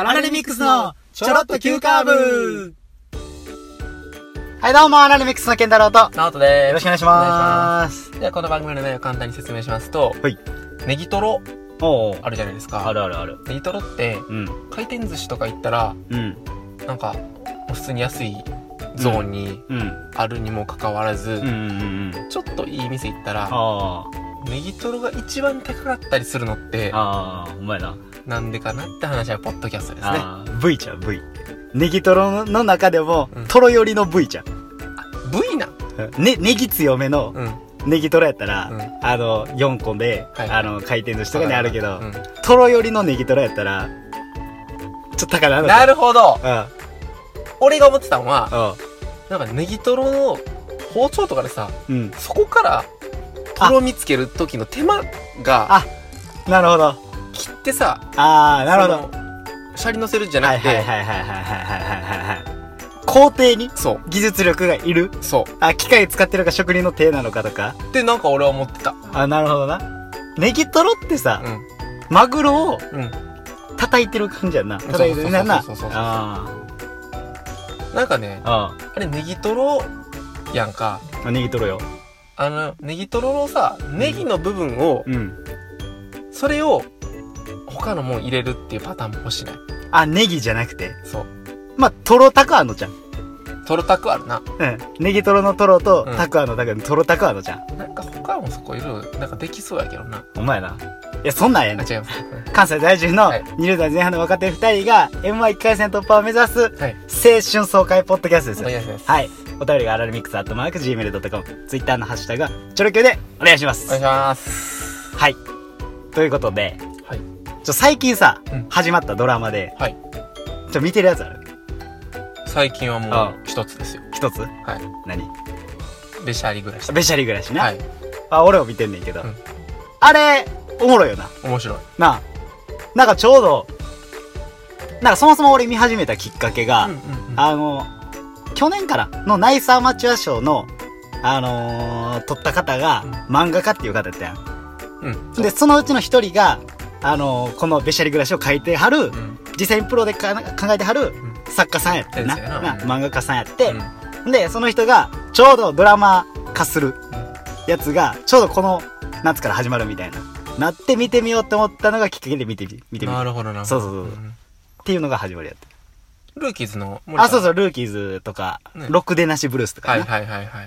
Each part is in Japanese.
アラレミックスのちょろっと急カーブ。はい、どうもアラレミックスの健太郎とナオトです。 よろしくお願いします。 ではこの番組の内容を簡単に説明しますと、 はい。 ネギトロおあるじゃないですか。 あるあるある。 ネギトロって回転寿司とか行ったらなんか普通に安いゾーンにあるにもかかわらず、ちょっといい店行ったらネギトロが一番高かったりするのって、 お前な。 なんでかなって話はポッドキャストですね。 V ちゃん V。ネギトロの中でもトロ寄りの V ちゃん。 V な。 ネギ強めのネギトロやったら4個で回転寿司とかにあるけど、トロ寄りのネギトロやったらちょっと高なる。 なるほど。俺が思ってたのはなんかネギトロの包丁とかでさ、そこからとろみつける時の手間が、 なるほど。 切ってさ、 なるほど。 シャリ乗せるじゃなくて、 工程にそう技術力がいる。 そう。 機械使ってるか職人の手なのかとか。 ってなんか俺は思ってた。 なるほどな。ネギトロってさ、マグロを叩いてる感じやんな。叩いてるな。 なんかね、あれネギトロやんか。 ネギトロよ。 ネギトロのさ、ネギの部分を、それを他のもん入れるっていうパターンも欲しない？ ネギじゃなくて。 そう。 トロタクあんのじゃん。 トロタクあるな。 ネギトロのトロとタクアのタクのトロタクあんのじゃん。 なんか他もそこいる、なんかできそうやけどな。 お前な。いや、そんなんやねん。 違います。 関西在住の20代前半の若手2人が M11 回戦突破を目指す青春爽快ポッドキャストです。 お願いします。 はい。お便りがアラレミックス@gmail.com、Twitter のハッシュタグがチョロ Q でお願いします。 お願いします。 はい。ということで、最近さ、始まったドラマで、見てるやつある？ 最近はもう一つですよ。 一つ？何？ べしゃり暮らし。 べしゃり暮らしな。俺も見てんねんけど、あれおもろいよな。 面白いな。なんかちょうどなんかそもそも俺見始めたきっかけが、去年からのナイスアマチュア賞の撮った方が漫画家っていう方やったやん。でそのうちの一人がこのべしゃり暮らしを書いてはる、実際にプロで考えてはる作家さんやってな、漫画家さんやって、でその人がちょうどドラマ化するやつがちょうどこの夏から始まるみたいなって見てみようって思ったのがきっかけで見てみて。 なるほどな。 そうっていうのが始まりやった。 ルーキーズのそうルーキーズとか、ロックでなしブルースとかな。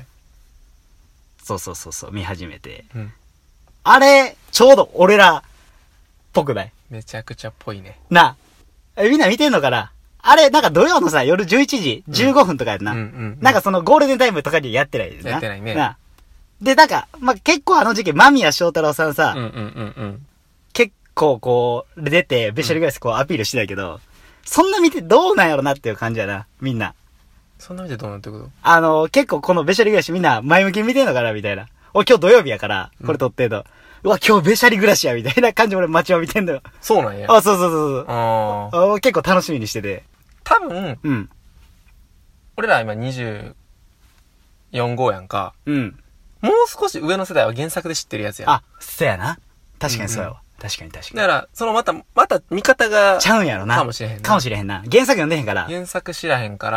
そう見始めて、あれちょうど俺らっぽくない？ めちゃくちゃっぽいね。 なみんな見てんのかな？あれなんか土曜のさ夜11時15分とかやんな。なんかそのゴールデンタイムとかにやってないですな。 やってないね。 でなんか結構時期間宮祥太朗さんさ、結構こう出てべしゃりぐらいこうアピールしてたけど、そんな見てどうなんやろなっていう感じやな、みんな。 そんな見てどうなってこと？ 結構このべしゃり暮らしみんな前向きに見てんのかなみたいな。今日土曜日やから、これ撮ってんの。うわ、今日べしゃり暮らしやみたいな感じで俺街を見てんのよ。 そうなんや。 そう。結構楽しみにしてて。 多分、俺ら今24号やんか。もう少し上の世代は原作で知ってるやつや。 そうやな。確かにそうやわ。確かに。だから、そのまた見方が。 ちゃうんやろな。 かもしれへんな。 かもしれへんな。原作読んでへんから。 原作知らへんから。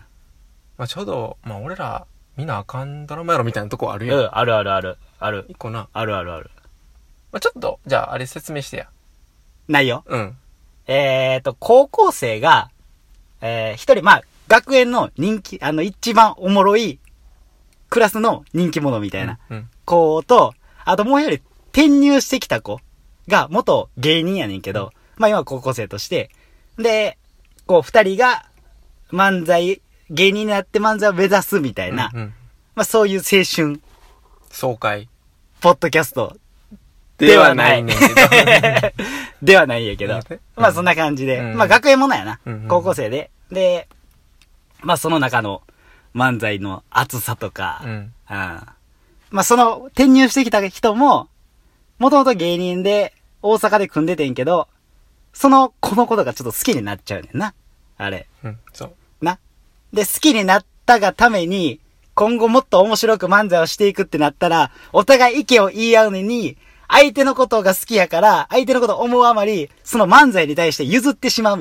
ちょうど、俺ら、見なあかんドラマやろみたいなとこあるやん。 ある。 一個な。 ある。 ちょっと、じゃあ、あれ説明してや。 ないよ。高校生が、一人、学園の人気、一番おもろい、クラスの人気者みたいな子と、あともう一人、転入してきた子が元芸人やねんけど、今は高校生として、で、こう二人が芸人になって漫才を目指すみたいな、そういう青春、 爽快、 ポッドキャスト、 ではないねんけど。 ではないんやけど。そんな感じで。学園ものやな。高校生で。で、その中の漫才の熱さとか、その転入してきた人も、もともと芸人で大阪で組んでてんけど、このことがちょっと好きになっちゃうねんな。あれ。 そう。 な。で、好きになったがために、今後もっと面白く漫才をしていくってなったら、お互い意見を言い合うのに、相手のことが好きやから、相手のことを思うあまり、その漫才に対して譲ってしまうみたいな。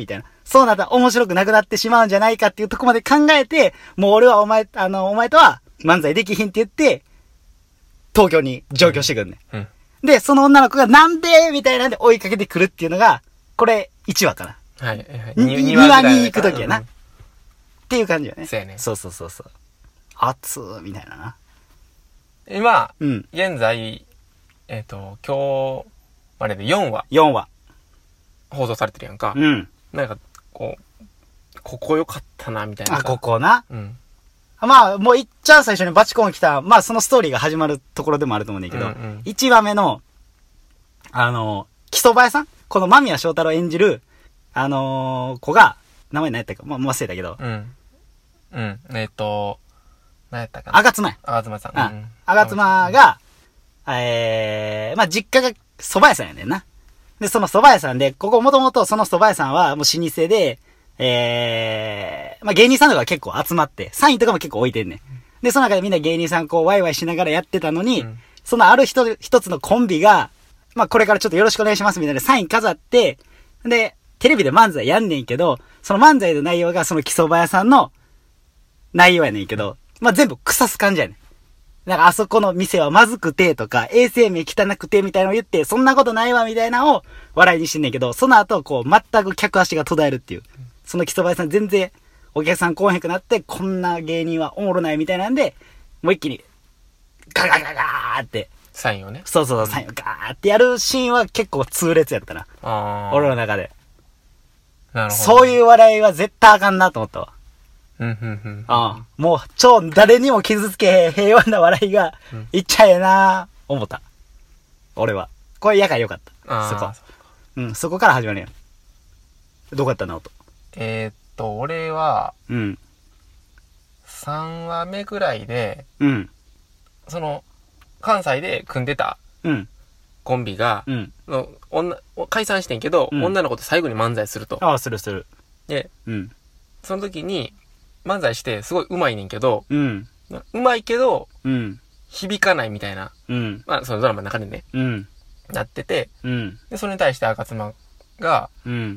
そうなったら面白くなくなってしまうんじゃないかっていうとこまで考えて、もう俺はお前とは漫才できひんって言って、東京に上京してくんね、 うん。 で、その女の子がなんでみたいなんで追いかけてくるっていうのが、これ1話かな。 はい。 2話に行くときやな、っていう感じよね。 そうやね。 そう。熱ーみたいなな。 今、現在、今日までで4話。 4話。 放送されてるやんか。 うん。 なんか、ここ良かったな、みたいな。 あ、ここな。 うん。 まあ、もういっちゃん最初にバチコン来た、まあそのストーリーが始まるところでもあると思うんだけど、1話目の、木曽林さんこの間宮祥太郎演じる、子が、名前何やったか、まあ忘れたけど。 何やったかな。 吾妻や。 吾妻さん。 吾妻が、まあ実家が蕎麦屋さんやねんな。で、その蕎麦屋さんで、ここもともとその蕎麦屋さんはもう老舗で、まあ芸人さんとか結構集まって、サインとかも結構置いてんねん。で、その中でみんな芸人さんこうワイワイしながらやってたのに、そのある一つのコンビが、まあこれからちょっとよろしくお願いしますみたいなサイン飾って、で、テレビで漫才やんねんけど、その漫才の内容がその木蕎麦屋さんの内容やねんけど、まあ全部腐す感じやねん。なんかあそこの店はまずくてとか、衛生面汚くてみたいなのを言って、そんなことないわみたいなのを笑いにしてんねんけど、その後こう全く客足が途絶えるっていう。その木蕎麦屋さん全然お客さん来おへんくなって、こんな芸人はおもろないみたいなんで、もう一気にガガガガーって。 サインをね。 そう、サインをガーってやるシーンは結構痛烈やったな。俺の中で。 なるほど。 そういう笑いは絶対あかんなと思ったわ。もう誰にも傷つけへん平和な笑いがいっちゃえな思った。俺は。これやからよかった。そこ。そこから始まるやん。どこやったなと。 俺は、3話目ぐらいで、その、関西で組んでたコンビが、解散してんけど、女の子と最後に漫才すると。 ああ、する。 で、その時に、漫才してすごい上手いねんけど、上手いけど、響かないみたいな、まあそのドラマの中でね、なってて、で、それに対して吾妻が、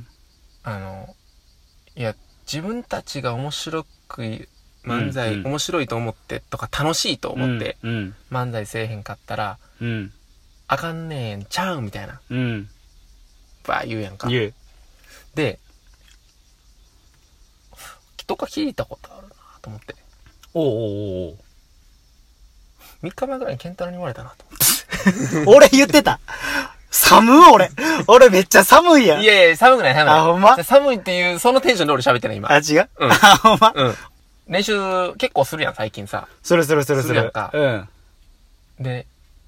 いや、自分たちが面白いと思ってとか楽しいと思って、漫才せえへんかったら、あかんねんちゃうみたいな、ば言うやんか。で、どっか聞いたことあるなと思って。3日前ぐらいにケンタロウに言われたなと思って。 俺言ってた。俺めっちゃ寒いやん。 いや、寒くない。 あ、ほんま？ 寒いっていう、そのテンションで俺喋ってない今。 あ、違う？あ、ほんま？ 練習結構するやん、最近さ。 するやんか。で、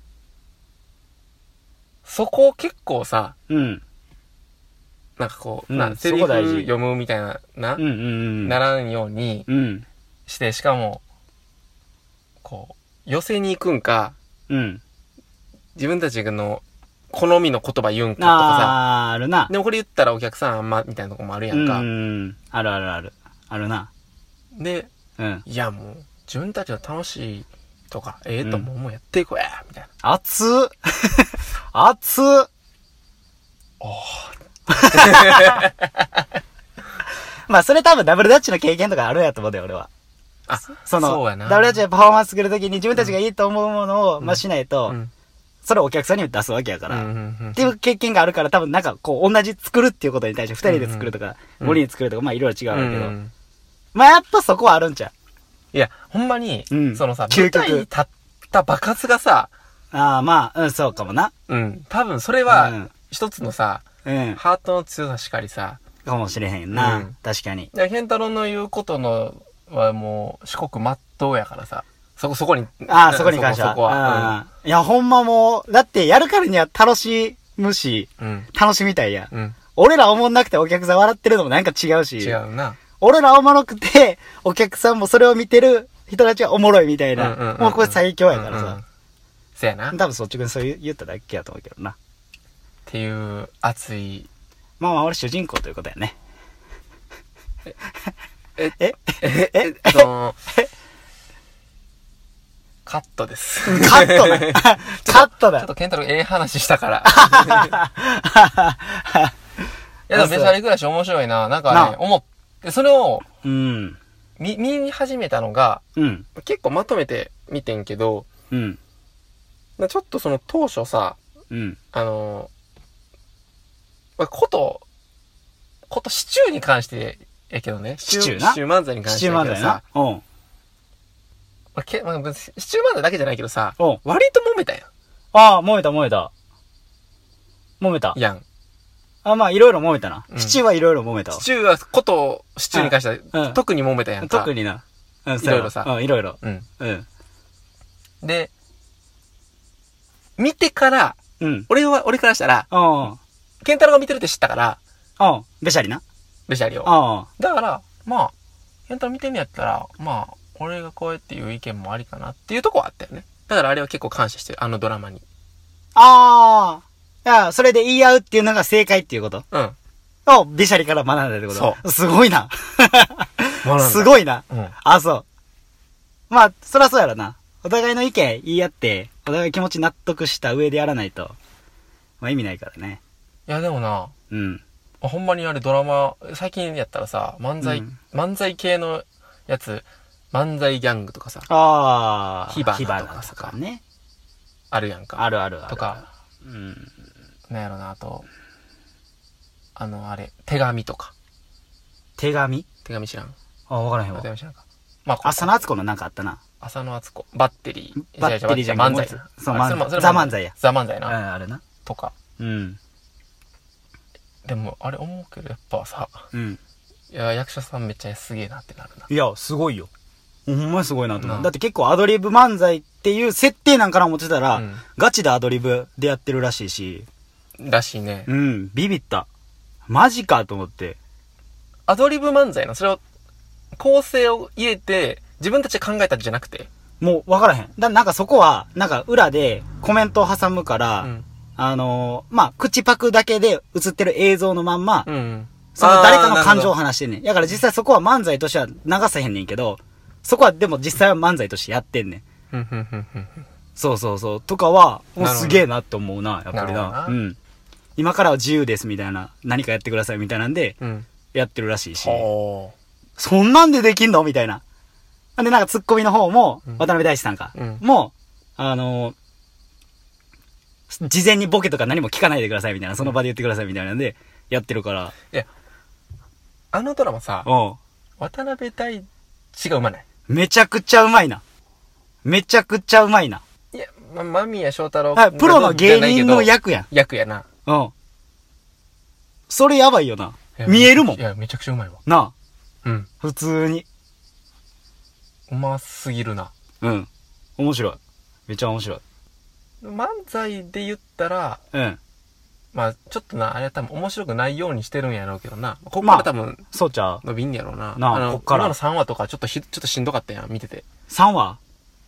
そこ結構さ、なんかこう、セリフ読むみたいな、ならんようにして、しかも、こう、寄せに行くんか、自分たちの好みの言葉言うんかとかさ、 あるな。 でもこれ言ったらお客さんあんま、みたいなとこもあるやんか。 ある。あるな。 で、いやもう、自分たちが楽しいとか、ともうやっていこうや、みたいな。 熱っまあそれ多分ダブルダッチの経験とかあるやと思うで俺は。 そうやな。 ダブルダッチでパフォーマンス作るときに自分たちがいいと思うものを、まあしないと、それをお客さんに出すわけやから。っていう経験があるから多分なんかこう同じ作るっていうことに対して2人で作るとか、5人で作るとか、まあいろいろ違うんだけど。まあやっぱそこはあるんちゃう。 いや、ほんまに、そのさ、舞台に立った爆発がさ、 まあ、そうかもな。 多分それは、一つのさ、ハートの強さしかりさ、 かもしれへんな。確かに。 ケンタロウの言うことのはもう、四国真っ当やからさ、そこに。 そこに関しては。いや、ほんまもう、だってやるからには楽しむし、楽しみたいや。俺らおもんなくてお客さん笑ってるのもなんか違うし。 違うな。 俺らおもろくて、お客さんもそれを見てる人たちはおもろいみたいな。もうこれ最強やからさ。 そやな。 多分そっちくんそう言っただけやと思うけどな。 っていう熱い。 まあ俺主人公ということやね。 カットです。 カットだ。カットだ。 ちょっとケンタロウ話したから。いや、でもべしゃり暮らし面白いな。なんかね、思って、それを、見始めたのが、結構まとめて見てんけど、ちょっとその当初さ、シチューに関してやけどね。 シチュー漫才に関してやけどさ。シチュー漫才だけじゃないけどさ、割と揉めたやん。 ああ、揉めた。 やん。 まあ、いろいろ揉めたな。シチューはいろいろ揉めたわ。 シチューはシチューに関しては、特に揉めたやんか。 特にな。 いろいろさ。 いろいろ。 で、見てから、俺からしたら、ケンタロウが見てるって知ったから、 べしゃりな。 べしゃりを。だから、まあ、ケンタロウ見てんのやったら、まあ、俺がこうやっていう意見もありかなっていうとこはあったよね。だからあれは結構感謝してる、あのドラマに。 いや、それで言い合うっていうのが正解っていうこと？べしゃりから学んだってこと？そう。すごいな。すごいな。そう。まあ、そらそうやろな。お互いの意見言い合って、お互い気持ち納得した上でやらないと、まあ意味ないからね。 いや、でもな、ほんまにあれドラマ、最近やったらさ、漫才系のやつ、漫才ギャングとかさ、火花とかさ、ね。あるやんか。 ある。 とか、なんやろな、あと、あれ、手紙とか。 手紙知らん。 わからへんわ。 手紙知らんか。まあ、浅野敦子のなんかあったな。 浅野敦子。バッテリーじゃ漫才。 そう、ザ漫才や。 ザ漫才な。 あれな。 とか。でも、あれ思うけど、やっぱさ、いや、役者さんめっちゃすげえなってなるな。 いや、すごいよ。ほんまにすごいなと思う。だって結構アドリブ漫才っていう設定なんかな思ってたら、ガチでアドリブでやってるらしいし。 らしいね。 ビビった。マジかと思って。 アドリブ漫才の、それを、構成を入れて、自分たちで考えたんじゃなくて。 もう分からへん。なんかそこは、なんか裏でコメントを挟むから、まあ、口パクだけで映ってる映像のまんま、その誰かの感情を話してんねん。だから実際そこは漫才としては流さへんねんけど、そこはでも実際は漫才としてやってんねん。そう。とかは、もうすげえなって思うな、やっぱりな。今からは自由ですみたいな、何かやってくださいみたいなんで、やってるらしいし。そんなんでできんのみたいな。で、なんかツッコミの方も、渡辺大志さんか。もう、事前にボケとか何も聞かないでくださいみたいな、その場で言ってくださいみたいなんで、やってるから。 いや、あのドラマさ、渡辺大志がうまない？ めちゃくちゃうまいな。いや、 間宮祥太朗。 プロの芸人の役やん。 役やな。 それやばいよな。見えるもん。 いや、めちゃくちゃうまいわ。 なあ。普通に。 うますぎるな。 面白い。めちゃ面白い。 漫才で言ったら、まあ、ちょっとな、あれは多分面白くないようにしてるんやろうけどな。こっから多分、 そうちゃう。 伸びんやろうな。 こっから。 今の3話とかちょっとしんどかったやん、見てて。 3話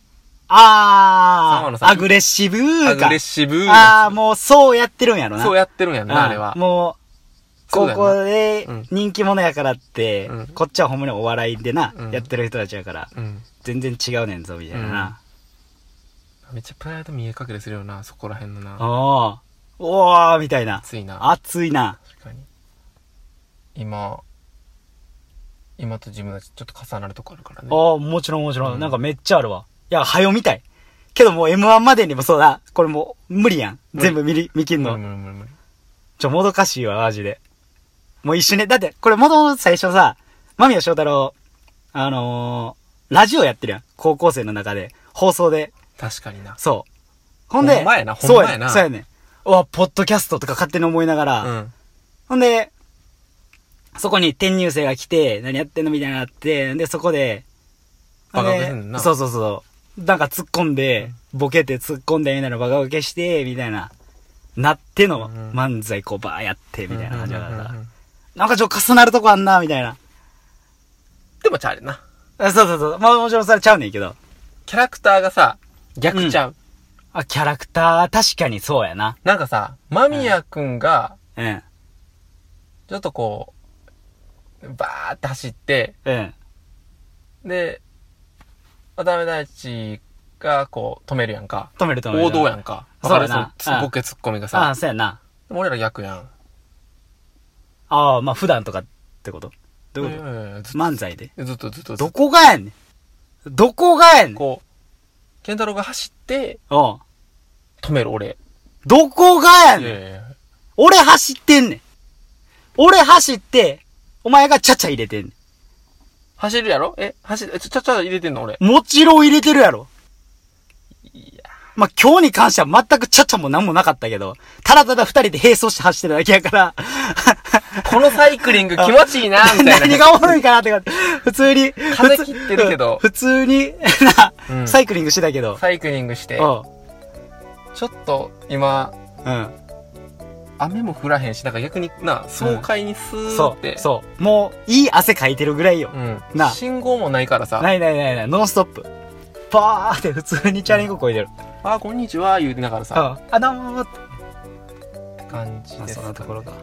アグレッシブーか。 アグレッシブー。もうそうやってるんやろな。 そうやってるんやな、あれは。 もう、高校で人気者やからって、こっちはほんまにお笑いでな、やってる人たちやから、全然違うねんぞ、みたいなな。 めっちゃプライド見え隠れするよな、そこら辺のな。 おーみたいな。 熱いな。 熱いな。 確かに。今と自分たちちょっと重なるとこあるからね。 もちろん。なんかめっちゃあるわ。いや、早見たい。けどもう M1 までにもそうだ。これもう無理やん。全部見切んの。 無理。 もどかしいわ、マジで。もう一緒に、だって、これもともと最初さ、間宮祥太朗、ラジオやってるやん。高校生の中で。放送で。 確かにな。 そう。ほんで、 ほんまやな。 そうやね。ポッドキャストとか勝手に思いながら、ほんで、そこに転入生が来て、何やってんのみたいになって、で、そこで、 バカ受けすんな。 そう。なんか突っ込んで、ボケて突っ込んでみたいなバカ受けして、みたいな、なっての漫才こうバーやって、みたいな感じだからさ。なんか重なるとこあんな、みたいな。 でもちゃうれな。 そう。まあもちろんそれちゃうねんけど。 キャラクターがさ、逆ちゃう。 キャラクター、確かにそうやな。 なんかさ、間宮くんが、ちょっとこう、バーって走って、で、渡辺大地がこう止めるやんか。 止める。 王道やんか。 そうやな。 ボケツッコミがさ。 そうやな。 俺ら逆やん。 ああ、まあ普段とかってことどういうこと、漫才でずっと。 どこがやねん。どこがやねん。 こう、健太郎が走って、 止める俺。 どこがやねん。俺走ってんねん。俺走って、お前がちゃちゃ入れてんねん。 走るやろちゃちゃ入れてんの俺。 もちろん入れてるやろ。いや。まあ、今日に関しては全くちゃちゃもなんもなかったけど、ただただ二人で並走して走ってるだけやから。 このサイクリング気持ちいいな、みたいな。 何がおもろいかなってか、普通に。 風切ってるけど。 普通に、サイクリングしてたけど。 サイクリングして。ちょっと、今、雨も降らへんし、なんか逆に爽快にスーって。 そう。もう、いい汗かいてるぐらいよ。 信号もないからさ。 ない。ノンストップ。パーって普通にチャリンコこいでる。 あ、こんにちは、言うてながらさ。 どうもって感じです。 そんなところか。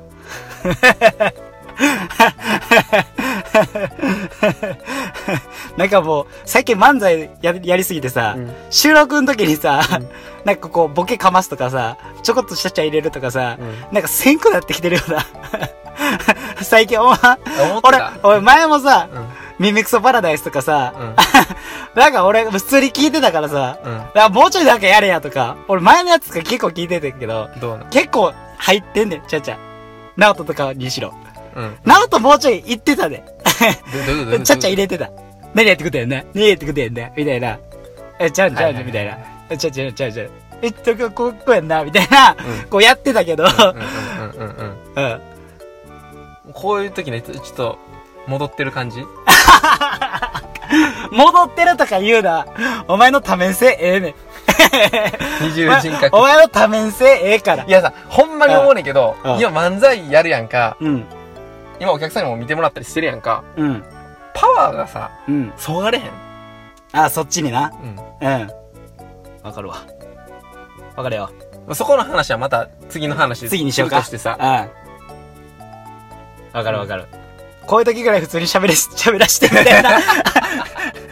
なんかもう、最近漫才やりすぎてさ、収録の時にさ、なんかこう、ボケかますとかさ、ちょこっとちゃちゃ入れるとかさ、なんかせんくなってきてるような。最近、俺前もさ、耳クソパラダイスとかさ、なんか俺普通に聞いてたからさ、もうちょいなんかやれやとか、俺前のやつとか結構聞いてたけど、結構入ってんねん、ちゃちゃ。ナオトとかにしろ。ナオトもうちょい言ってたで。ちゃちゃ入れてた。何やってくれんね何やってくれんねみたいな。ちゃうみたいな。ちゃ。こうやんなみたいな、こうやってたけど。 こういう時ね、ちょっと、戻ってる感じ戻ってるとか言うな。お前の多面性ええねん。 二重人格。 お前の多面性ええから。 いやさ、ほんまに思うねんけど、今漫才やるやんか。今お客さんにも見てもらったりしてるやんか。パワーがさ、そがれへん。 あ、そっちにな。わかるわ。わかるよ。 そこの話はまた次の話で。 次にしようか。 してさ。 わかる。こういう時ぐらい普通に喋らしてみたいな。